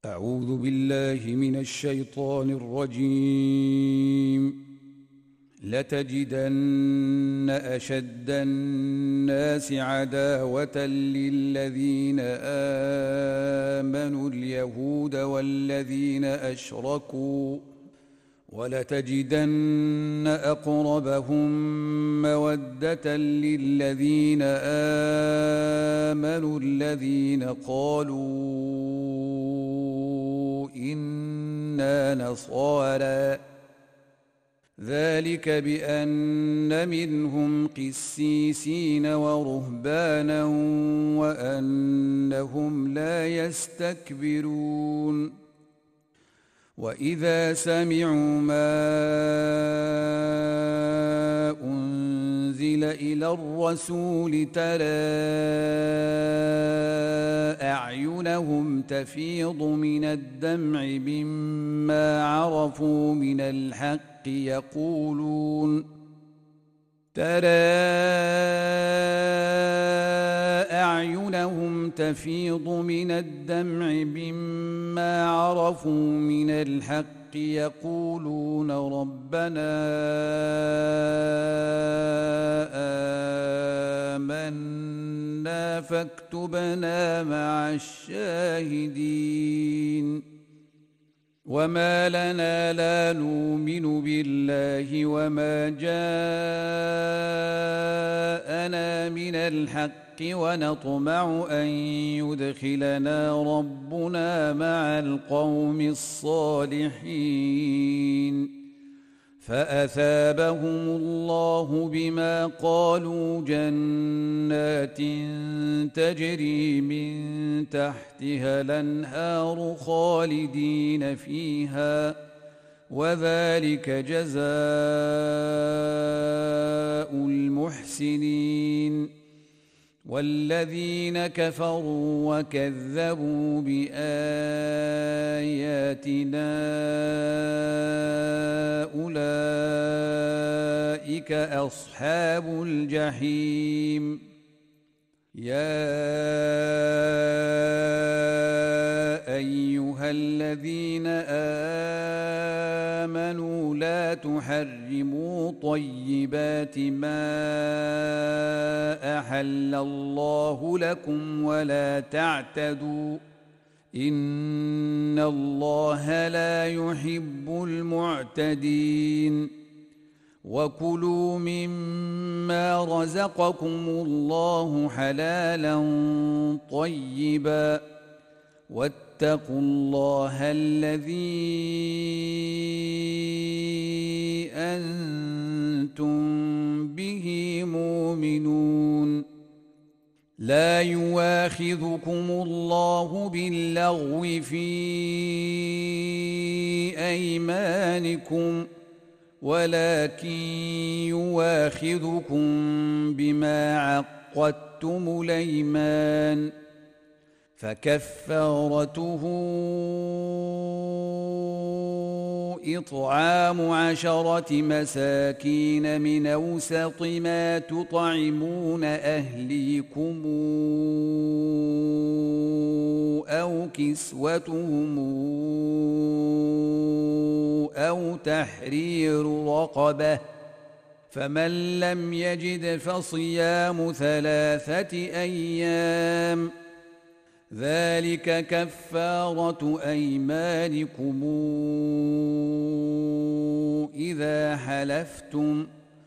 أعوذ بالله من الشيطان الرجيم. لتجدن أشد الناس عداوة للذين آمنوا اليهود والذين أشركوا، ولتجدن أقربهم مودة للذين آمنوا الذين قالوا إنا نصارى، ذلك بأن منهم قسيسين ورهبانا وأنهم لا يستكبرون. وإذا سمعوا ما أنزل إلى الرسول ترى أعينهم تفيض من الدمع مما عرفوا من الحق يقولون ربنا آمنا فاكتبنا مع الشاهدين. وما لنا لا نؤمن بالله وما جاءنا من الحق ونطمع أن يدخلنا ربنا مع القوم الصالحين. فأثابهم الله بما قالوا جنات تجري من تحتها الأنهار خالدين فيها، وذلك جزاء المحسنين. والذين كفروا وكذبوا بآياتنا أولئك أصحاب الجحيم. يا أيها الذين آمنوا لا تحرموا طيبات ما أحل الله لكم ولا تعتدوا، إن الله لا يحب المعتدين. وكلوا مما رزقكم الله حلالا طيبا، واتقوا الله الذي أنتم به مؤمنون. لا يؤاخذكم الله باللغو في أيمانكم، ولكن يؤاخذكم بما عقدتم الأيمان، فكفارته إطعام 10 مساكين من أوسط ما تطعمون أهليكم أو كسوتهم أو تحرير رقبة، فمن لم يجد فصيام 3 أيام، ذلك كفارة أيمانكم إذا حلفتم،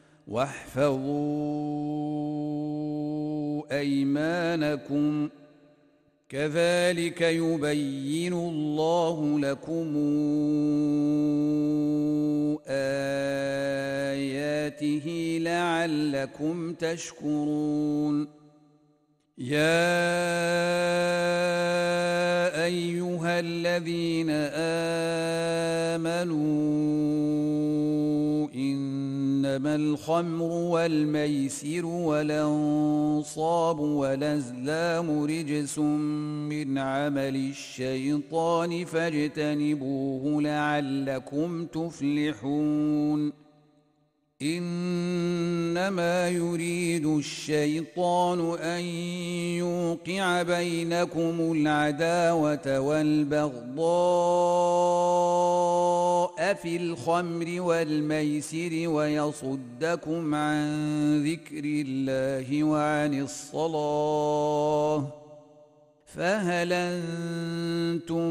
واحفظوا أيمانكم، كذلك يبين الله لكم آياته لعلكم تشكرون. يا أيها الذين آمنوا إنما الخمر والميسر والأنصاب والأزلام رجس من عمل الشيطان فاجتنبوه لعلكم تفلحون. إنما يريد الشيطان أن يوقع بينكم العداوة والبغضاء في الخمر والميسر ويصدكم عن ذكر الله وعن الصلاة فهل أنتم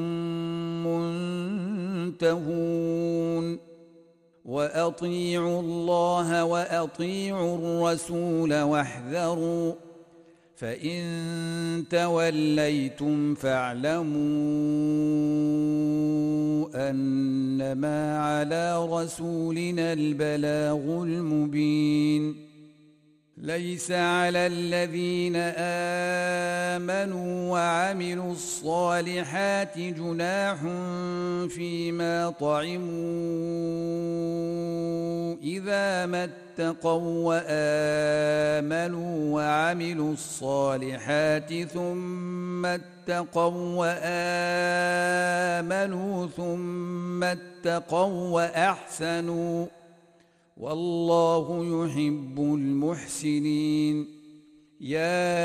منتهون وأطيعوا الله وأطيعوا الرسول واحذروا فإن توليتم فاعلموا أنما على رسولنا البلاغ المبين ليس على الذين آمنوا وعملوا الصالحات جناح فيما طعموا إذا ما اتقوا وآمنوا وعملوا الصالحات ثم اتقوا وآمنوا ثم اتقوا وأحسنوا والله يحب المحسنين يا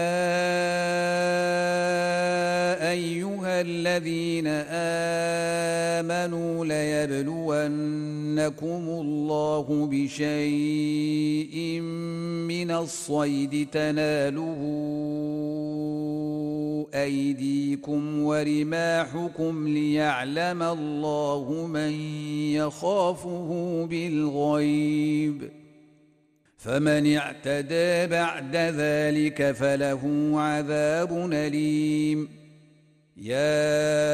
أيها الذين آمنوا ليبلونكم الله بشيء من الصيد تناله أيديكم ورماحكم ليعلم الله من يخافه بالغيب فمن اعتدى بعد ذلك فله عذاب أليم يا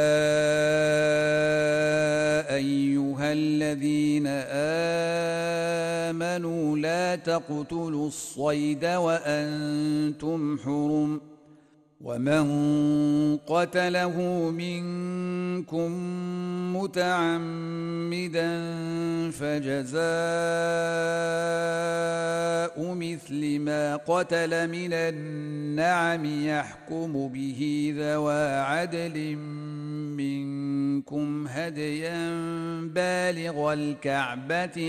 أيها الذين آمنوا لا تقتلوا الصيد وأنتم حرم ومن قتله منكم متعمدا فجزاء مثل ما قتل من النعم يحكم به ذوى عدل منكم هديا بالغ الكعبة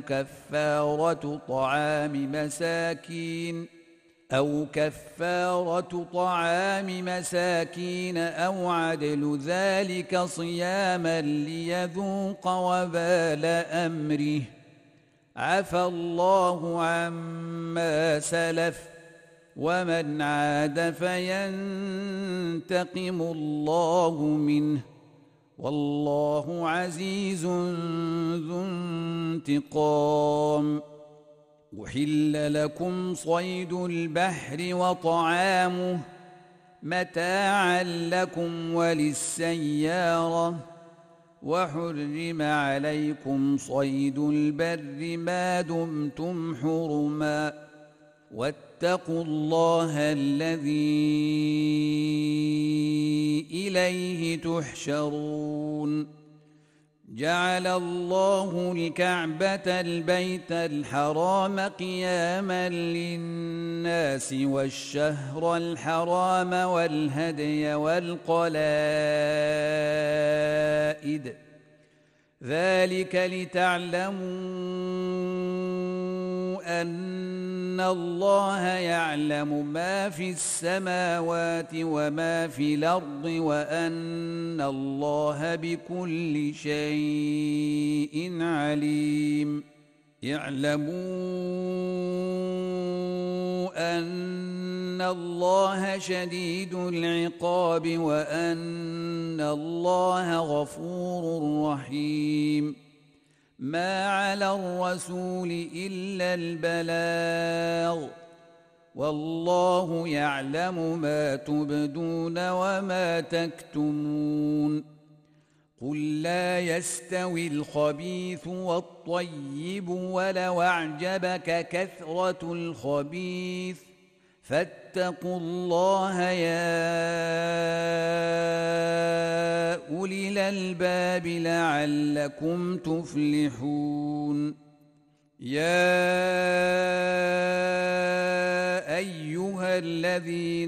أو كفارة طعام مساكين أو عدل ذلك صياما ليذوق وبال أمره عفى الله عما سلف ومن عاد فينتقم الله منه والله عزيز ذو انتقام أحل لكم صيد البحر وطعامه متاعا لكم وللسيارة وحرم عليكم صيد البر ما دمتم حرما واتقوا الله الذي إليه تحشرون جعل الله الكعبة البيت الحرام قياما للناس والشهر الحرام والهدي والقلائد ذلك لتعلموا أن الله يعلم ما في السماوات وما في الأرض وأن الله بكل شيء عليم اعلموا أن الله شديد العقاب وأن الله غفور رحيم ما على الرسول إلا البلاغ والله يعلم ما تبدون وما تكتمون قل لا يستوي الخبيث والطيب ولو أعجبك كثرة الخبيث فاتقوا الله يا أولي الألباب لعلكم تفلحون يا أيها الذين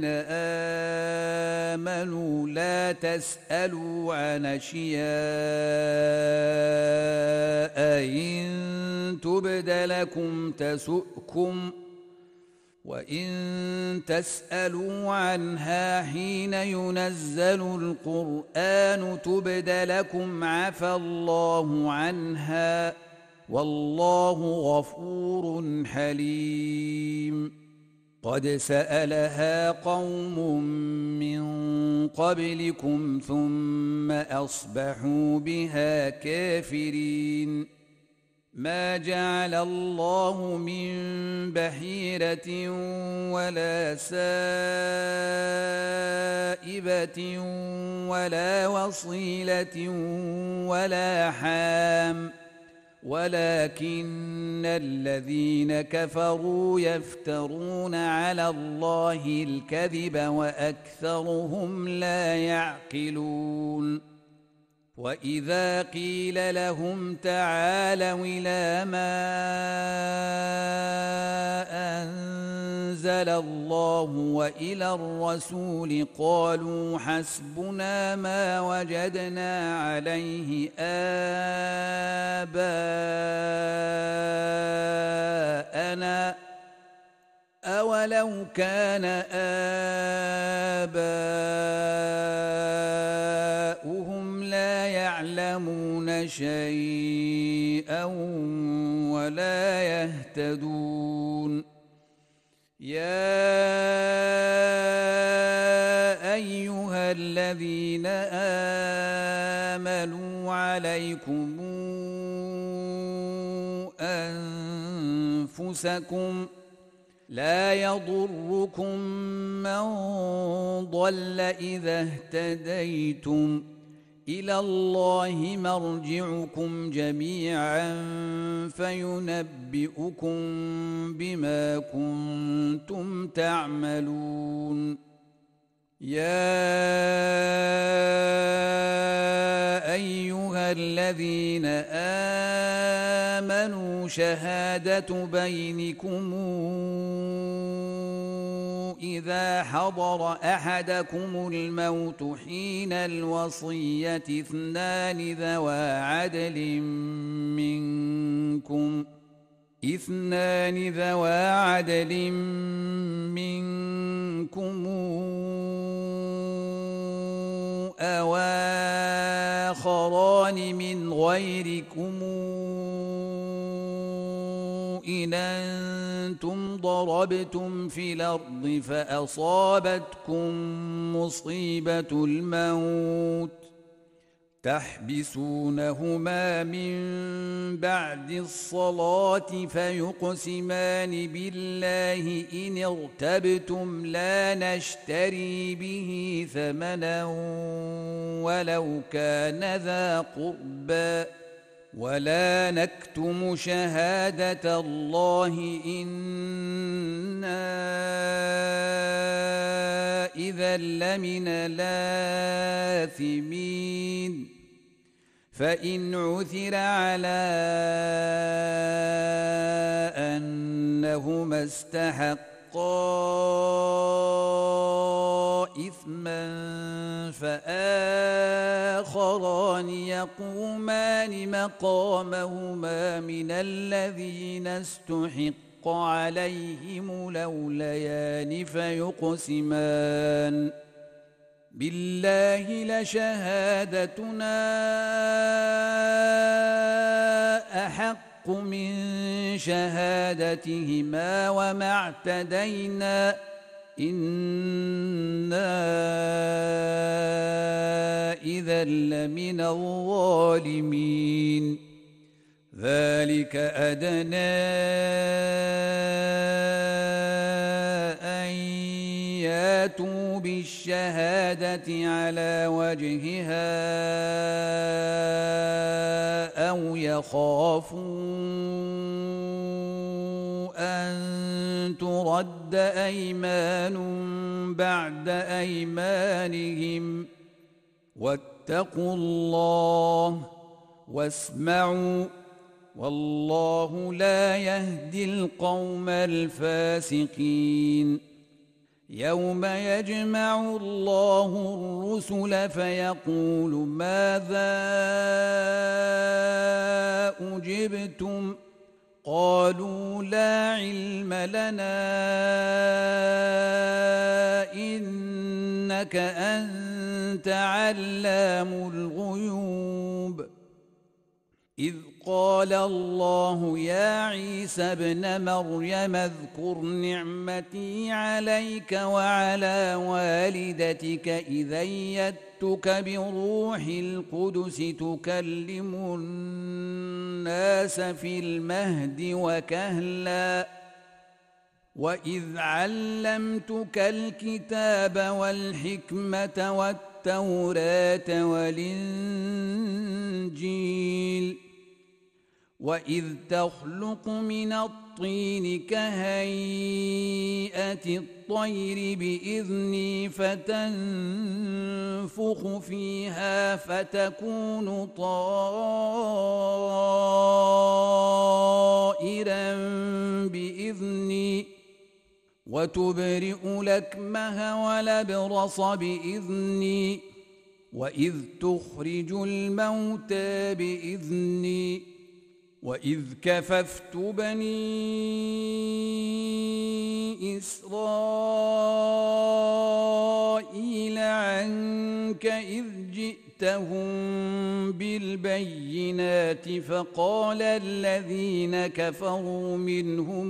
آمنوا لا تسألوا عن أشياء إن تبد لكم تسؤكم وإن تسألوا عنها حين ينزل القرآن تبد لكم عفى الله عنها والله غفور حليم. قد سألها قوم من قبلكم ثم أصبحوا بها كافرين. ما جعل الله من بحيرة ولا سائبة ولا وصيلة ولا حام ولكن الذين كفروا يفترون على الله الكذب وأكثرهم لا يعقلون. وإذا قيل لهم تعالوا إلى ما أنزل الله وإلى الرسول قالوا حسبنا ما وجدنا عليه آباءنا أولو كان آباؤهم لا يعلمون شيئا ولا يهتدون. يا أيها الذين آمنوا عليكم أنفسكم لا يضركم من ضل إذا اهتديتم إلى الله مرجعكم جميعا فينبئكم بما كنتم تعملون. يا أيها الذين آمنوا شهادة بينكم إذا حضر أحدكم الموت حين الوصية اثنان ذوى عدل منكم أو آخران من غيركم إن أنتم ضربتم في الأرض فأصابتكم مصيبة الموت تحبسونهما من بعد الصلاة فيقسمان بالله إن ارتبتم لا نشتري به ثمنا ولو كان ذا قربى ولا نكتم شهادة الله إنا إذا لمن الآثمين. فإن عثر على أنهما استحقا إثما فآخران يقومان مقامهما من الذين استحق عليهم الأوليان فيقسمان بالله لشهادتنا أحق من شهادتهما وما اعتدينا إنا إذا لمن الظالمين. ذلك أدنى أن ياتوا بالشهادة على وجهها أو يخافوا أن ترد أيمان بعد أيمانهم واتقوا الله واسمعوا والله لا يهدي القوم الفاسقين. يوم يجمع الله الرسل فيقول ماذا أجبتم قالوا لا علم لنا إنك أنت علام الغيوب إذ قال الله يا عيسى ابن مريم اذكر نعمتي عليك وعلى والدتك إذ أيدتك بروح القدس تكلم الناس في المهد وكهلا وإذ علمتك الكتاب والحكمة والتوراة والإنجيل وإذ تخلق من الطين كهيئة الطير بإذني فتنفخ فيها فتكون طائرا بإذني وتبرئ الأكمه والأبرص بإذني وإذ تخرج الموتى بإذني وإذ كففت بني إسرائيل عنك إذ جئتهم بالبينات فقال الذين كفروا منهم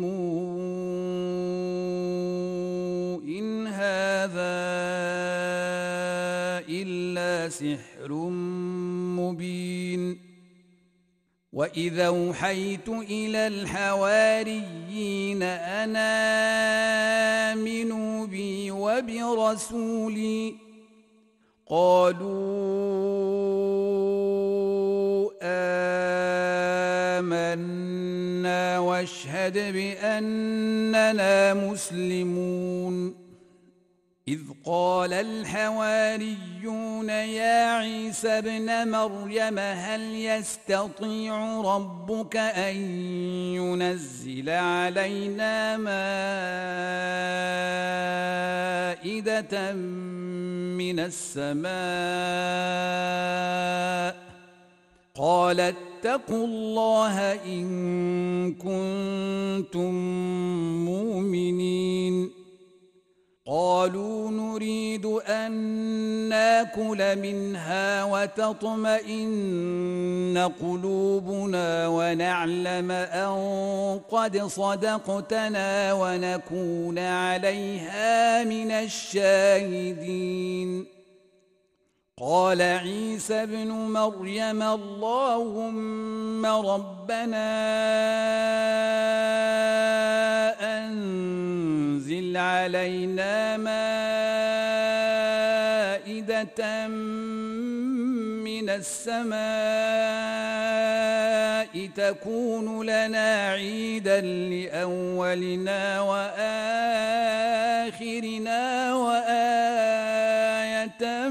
إن هذا إلا سحر مبين وإذا أوحيت إلى الحواريين أن آمنوا بي وبرسولي قالوا آمنا واشهد بأننا مسلمون إذ قال الحواريون يا عيسى ابن مريم هل يستطيع ربك أن ينزل علينا مائدة من السماء قال اتقوا الله إن كنتم مؤمنين قالوا نريد أن ناكل منها وتطمئن قلوبنا ونعلم أن قد صدقتنا ونكون عليها من الشاهدين قال عيسى ابن مريم اللهم ربنا أنزل علينا مائدة من السماء تكون لنا عيدا لأولنا وآخرنا وآية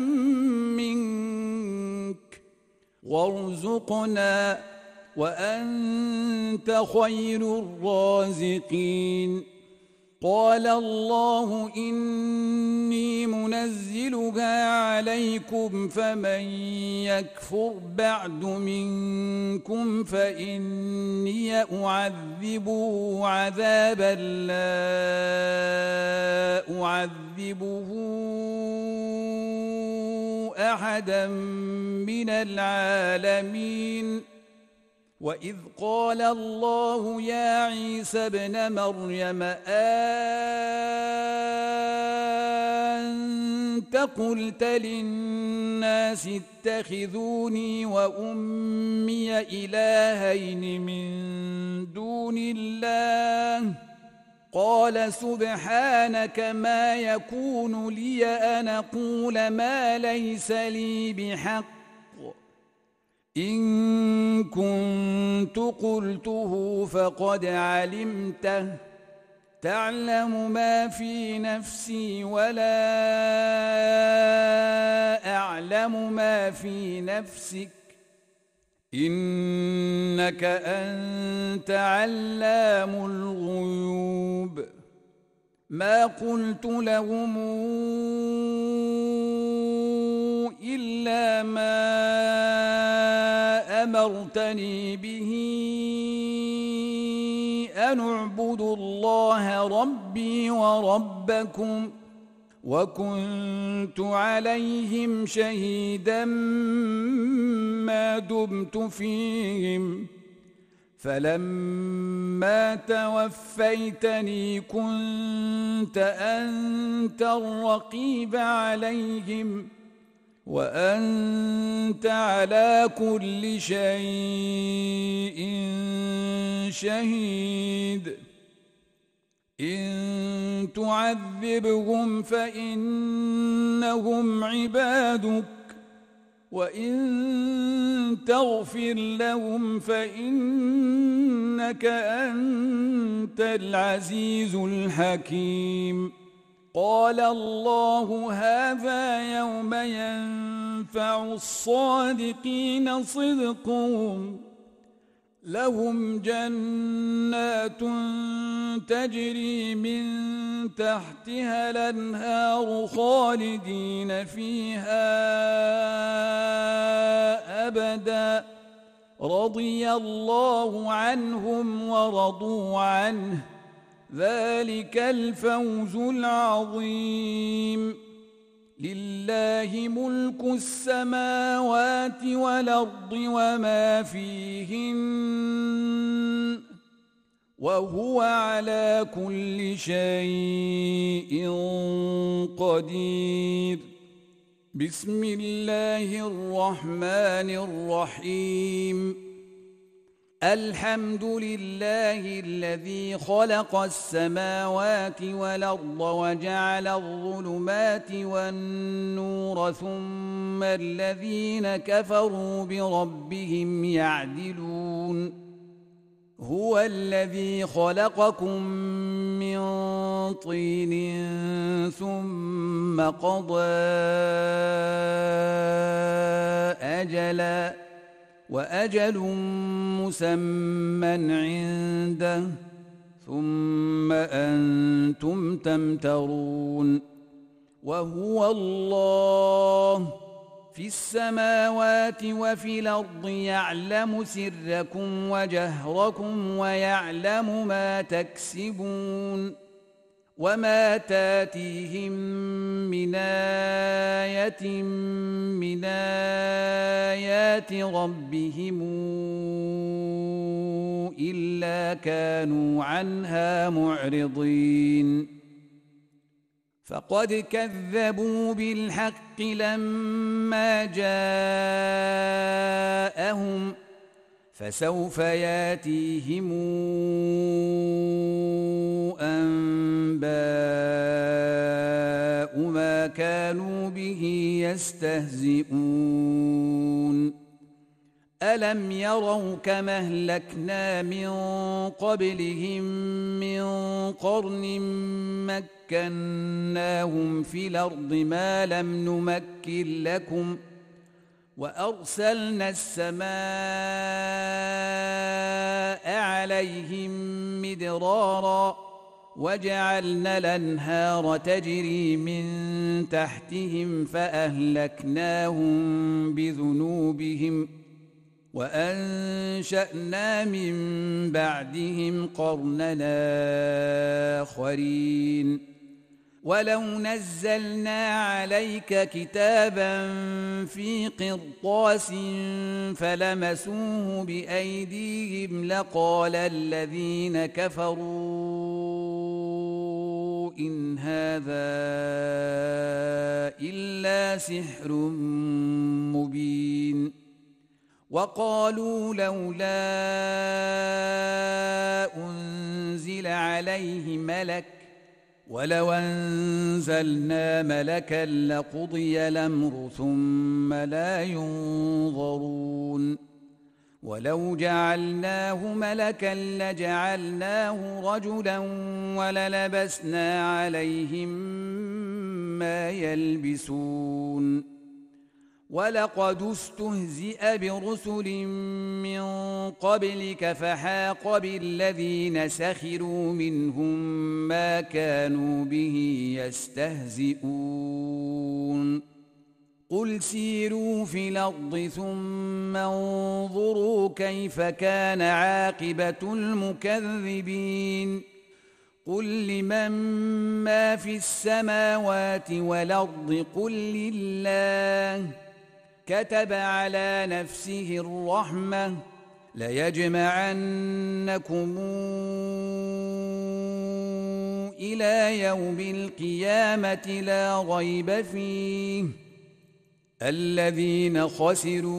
منك وارزقنا وأنت خير الرازقين قال الله إني منزلها عليكم فمن يكفر بعد منكم فإني أعذبه عذابا لا أعذبه أحدا من العالمين وإذ قال الله يا عيسى ابن مريم أنت قلت للناس اتخذوني وأمي إلهين من دون الله قال سبحانك ما يكون لي أن أقول ما ليس لي بحق إن كنت قلته فقد علمته تعلم ما في نفسي ولا أعلم ما في نفسك إنك أنت علام الغيوب ما قلت لهم إلا ما أمرتني به أن اعبدوا الله ربي وربكم وكنت عليهم شهيدا ما دمت فيهم فلما توفيتني كنت أنت الرقيب عليهم وأنت على كل شيء شهيد إن تعذبهم فإنهم عبادك وإن تغفر لهم فإنك أنت العزيز الحكيم قال الله هذا يوم ينفع الصادقين صدقهم لهم جنات تجري من تحتها الأنهار خالدين فيها أبدا رضي الله عنهم ورضوا عنه ذلك الفوز العظيم لله ملك السماوات والأرض وما فيهن وهو على كل شيء قدير بسم الله الرحمن الرحيم الحمد لله الذي خلق السماوات والأرض وجعل الظلمات والنور ثم الذين كفروا بربهم يعدلون هو الذي خلقكم من طين ثم قضى أجلاً وأجل مسمى عنده ثم أنتم تمترون وهو الله في السماوات وفي الأرض يعلم سركم وجهركم ويعلم ما تكسبون وما تاتيهم من آية من آيات ربهم إلا كانوا عنها معرضين فقد كذبوا بالحق لما جاءهم فسوف ياتيهم أنباء ما كانوا به يستهزئون ألم يروا كما أهلكنا من قبلهم من قرن مكناهم في الأرض ما لم نمكن لكم وأرسلنا السماء عليهم مدرارا وجعلنا الأنهار تجري من تحتهم فأهلكناهم بذنوبهم وأنشأنا من بعدهم قرننا آخرين ولو نزلنا عليك كتابا في قرطاس فلمسوه بأيديهم لقال الذين كفروا إن هذا إلا سحر مبين وقالوا لولا أنزل عليه ملك ولو أنزلنا ملكا لقضي الأمر ثم لا ينظرون ولو جعلناه ملكا لجعلناه رجلا وللبسنا عليهم ما يلبسون ولقد استهزئ برسل من قبلك فحاق بالذين سخروا منهم ما كانوا به يستهزئون قل سيروا في الأرض ثم انظروا كيف كان عاقبة المكذبين قل لمن ما في السماوات والأرض قل لله كتب على نفسه الرحمة ليجمعنكم إلى يوم القيامة لا ريب فيه الذين خسروا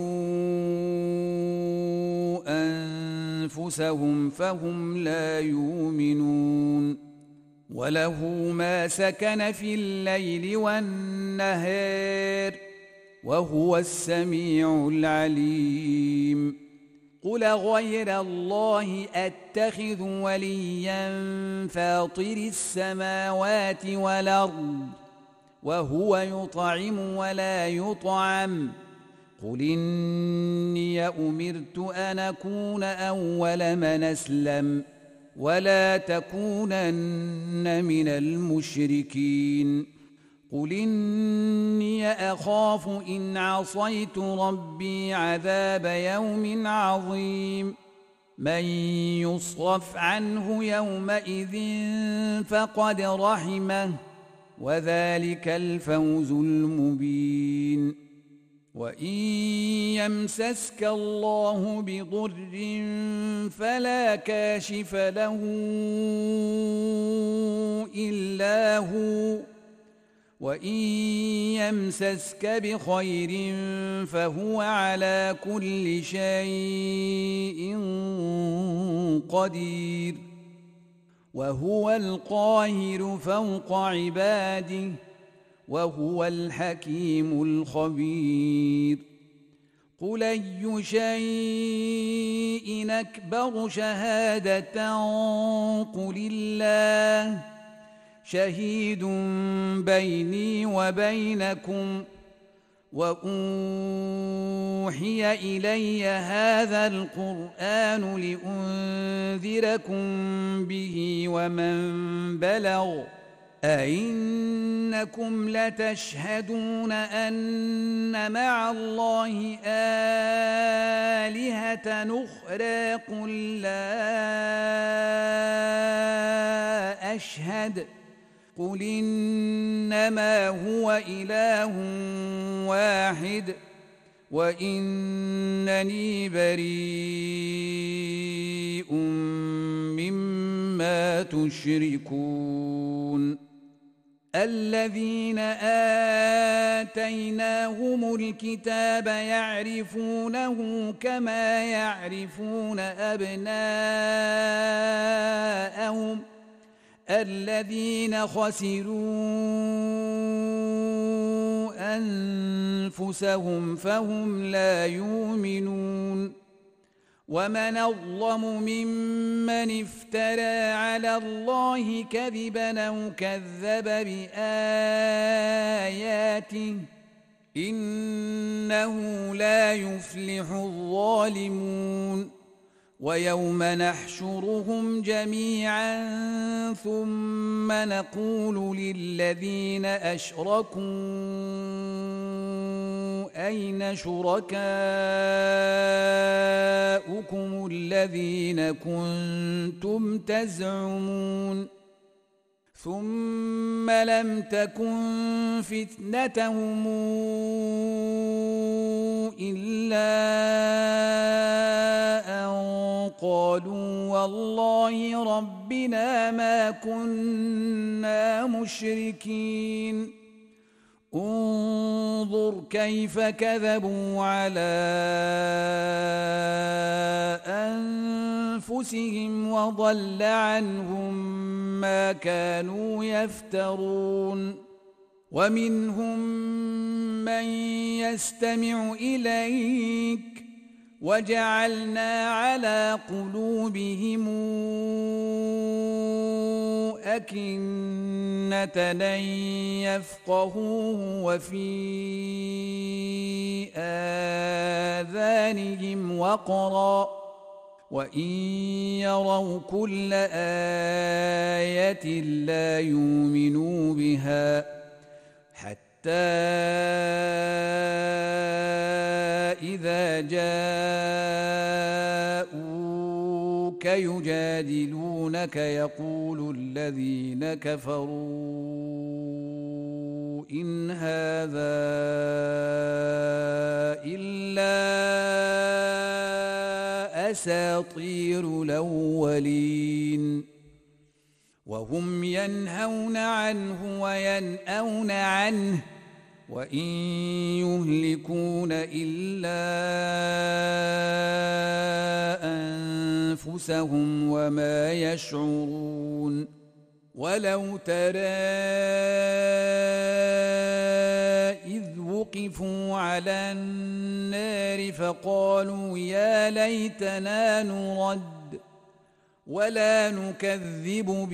أنفسهم فهم لا يؤمنون وله ما سكن في الليل والنهار وهو السميع العليم قل غير الله أتخذ وليا فاطر السماوات والأرض وهو يطعم ولا يطعم قل إني أمرت أن أكون أول من أسلم ولا تكونن من المشركين قل إني أخاف إن عصيت ربي عذاب يوم عظيم من يصرف عنه يومئذ فقد رحمه وذلك الفوز المبين وإن يمسسك الله بضر فلا كاشف له إلا هو وإن يمسسك بخير فهو على كل شيء قدير وهو القاهر فوق عباده وهو الحكيم الخبير قل أي شيء أكبر شهادة قل الله شهيد بيني وبينكم وأوحي إلي هذا القرآن لأنذركم به ومن بلغ أئنكم لتشهدون أن مع الله آلهة أخرى قل لا أشهد قل إنما هو إله واحد وإنني بريء مما تشركون الذين آتيناهم الكتاب يعرفونه كما يعرفون أبناءهم الذين خسروا أنفسهم فهم لا يؤمنون ومن أظلم ممن افترى على الله كذبا أو كذب بآياته إنه لا يفلح الظالمون ويوم نحشرهم جميعا ثم نقول للذين أشركوا أين شركاؤكم الذين كنتم تزعمون ثم لم تكن فتنتهم إلا أن قالوا والله ربنا ما كنا مشركين انظر كيف كذبوا على أنفسهم وضل عنهم ما كانوا يفترون ومنهم من يستمع إليك وجعلنا على قلوبهم أكنة أن يفقهوه وفي آذانهم وقرا وإن يروا كل آية لا يؤمنوا بها حتى إذا جاءوك يجادلونك يقول الذين كفروا إن هذا إلا أساطير الأولين وهم ينهون عنه وينأون عنه وإن يهلكون إلا أنفسهم وما يشعرون ولو ترى إذ وقفوا على النار فقالوا يا ليتنا نرد ولا نكذب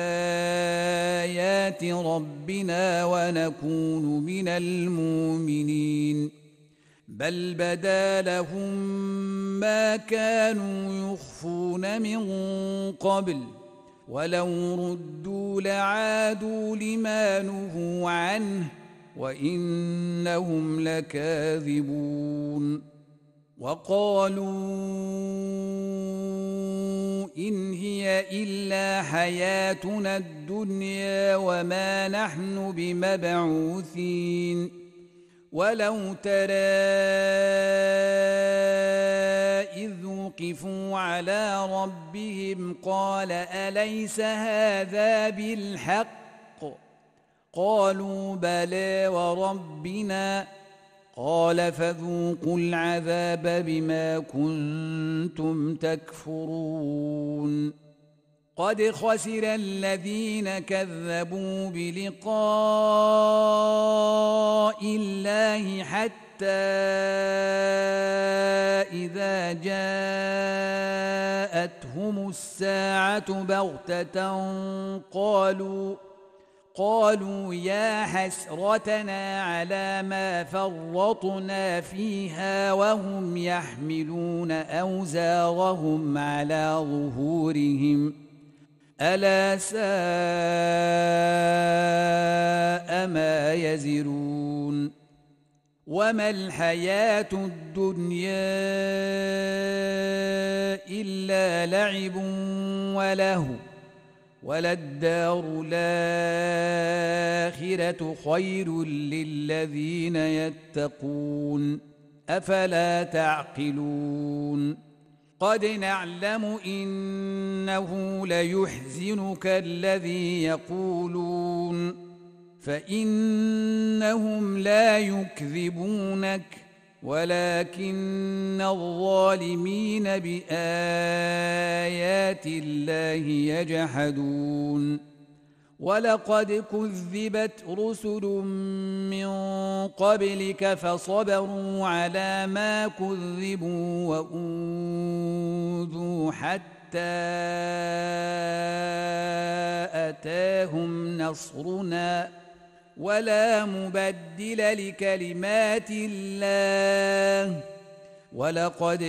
بآيات ربنا ونكون من المؤمنين بل بدا لهم ما كانوا يخفون من قبل ولو ردوا لعادوا لما نهوا عنه وإنهم لكاذبون وقالوا إن هي إلا حياتنا الدنيا وما نحن بمبعوثين ولو ترى إذ وقفوا على ربهم قال أليس هذا بالحق قالوا بلى وربنا قال فذوقوا العذاب بما كنتم تكفرون قد خسر الذين كذبوا بلقاء الله حتى إذا جاءتهم الساعة بغتة قالوا يا حسرتنا على ما فرطنا فيها وهم يحملون أوزارهم على ظهورهم ألا ساء ما يزرون وما الحياة الدنيا إلا لعب وله وللدار الآخرة خير للذين يتقون أفلا تعقلون قد نعلم إنه ليحزنك الذي يقولون فإنهم لا يكذبونك ولكن الظالمين بآيات الله يجحدون ولقد كذبت رسل من قبلك فصبروا على ما كذبوا وأوذوا حتى أتاهم نصرنا ولا مبدل لكلمات الله ولقد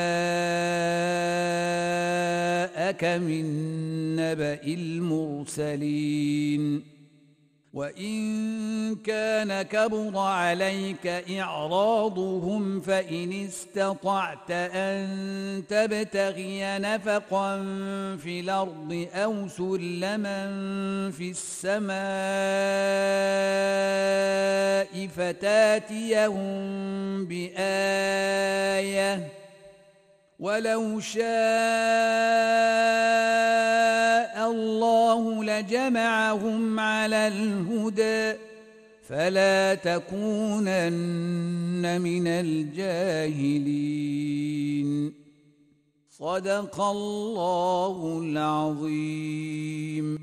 جاءك من نبأ المرسلين وإن كان كبر عليك إعراضهم فإن استطعت أن تبتغي نفقا في الأرض أو سلما في السماء فتاتيهم بآية ولو شاء الله لجمعهم على الهدى فلا تكونن من الجاهلين صدق الله العظيم.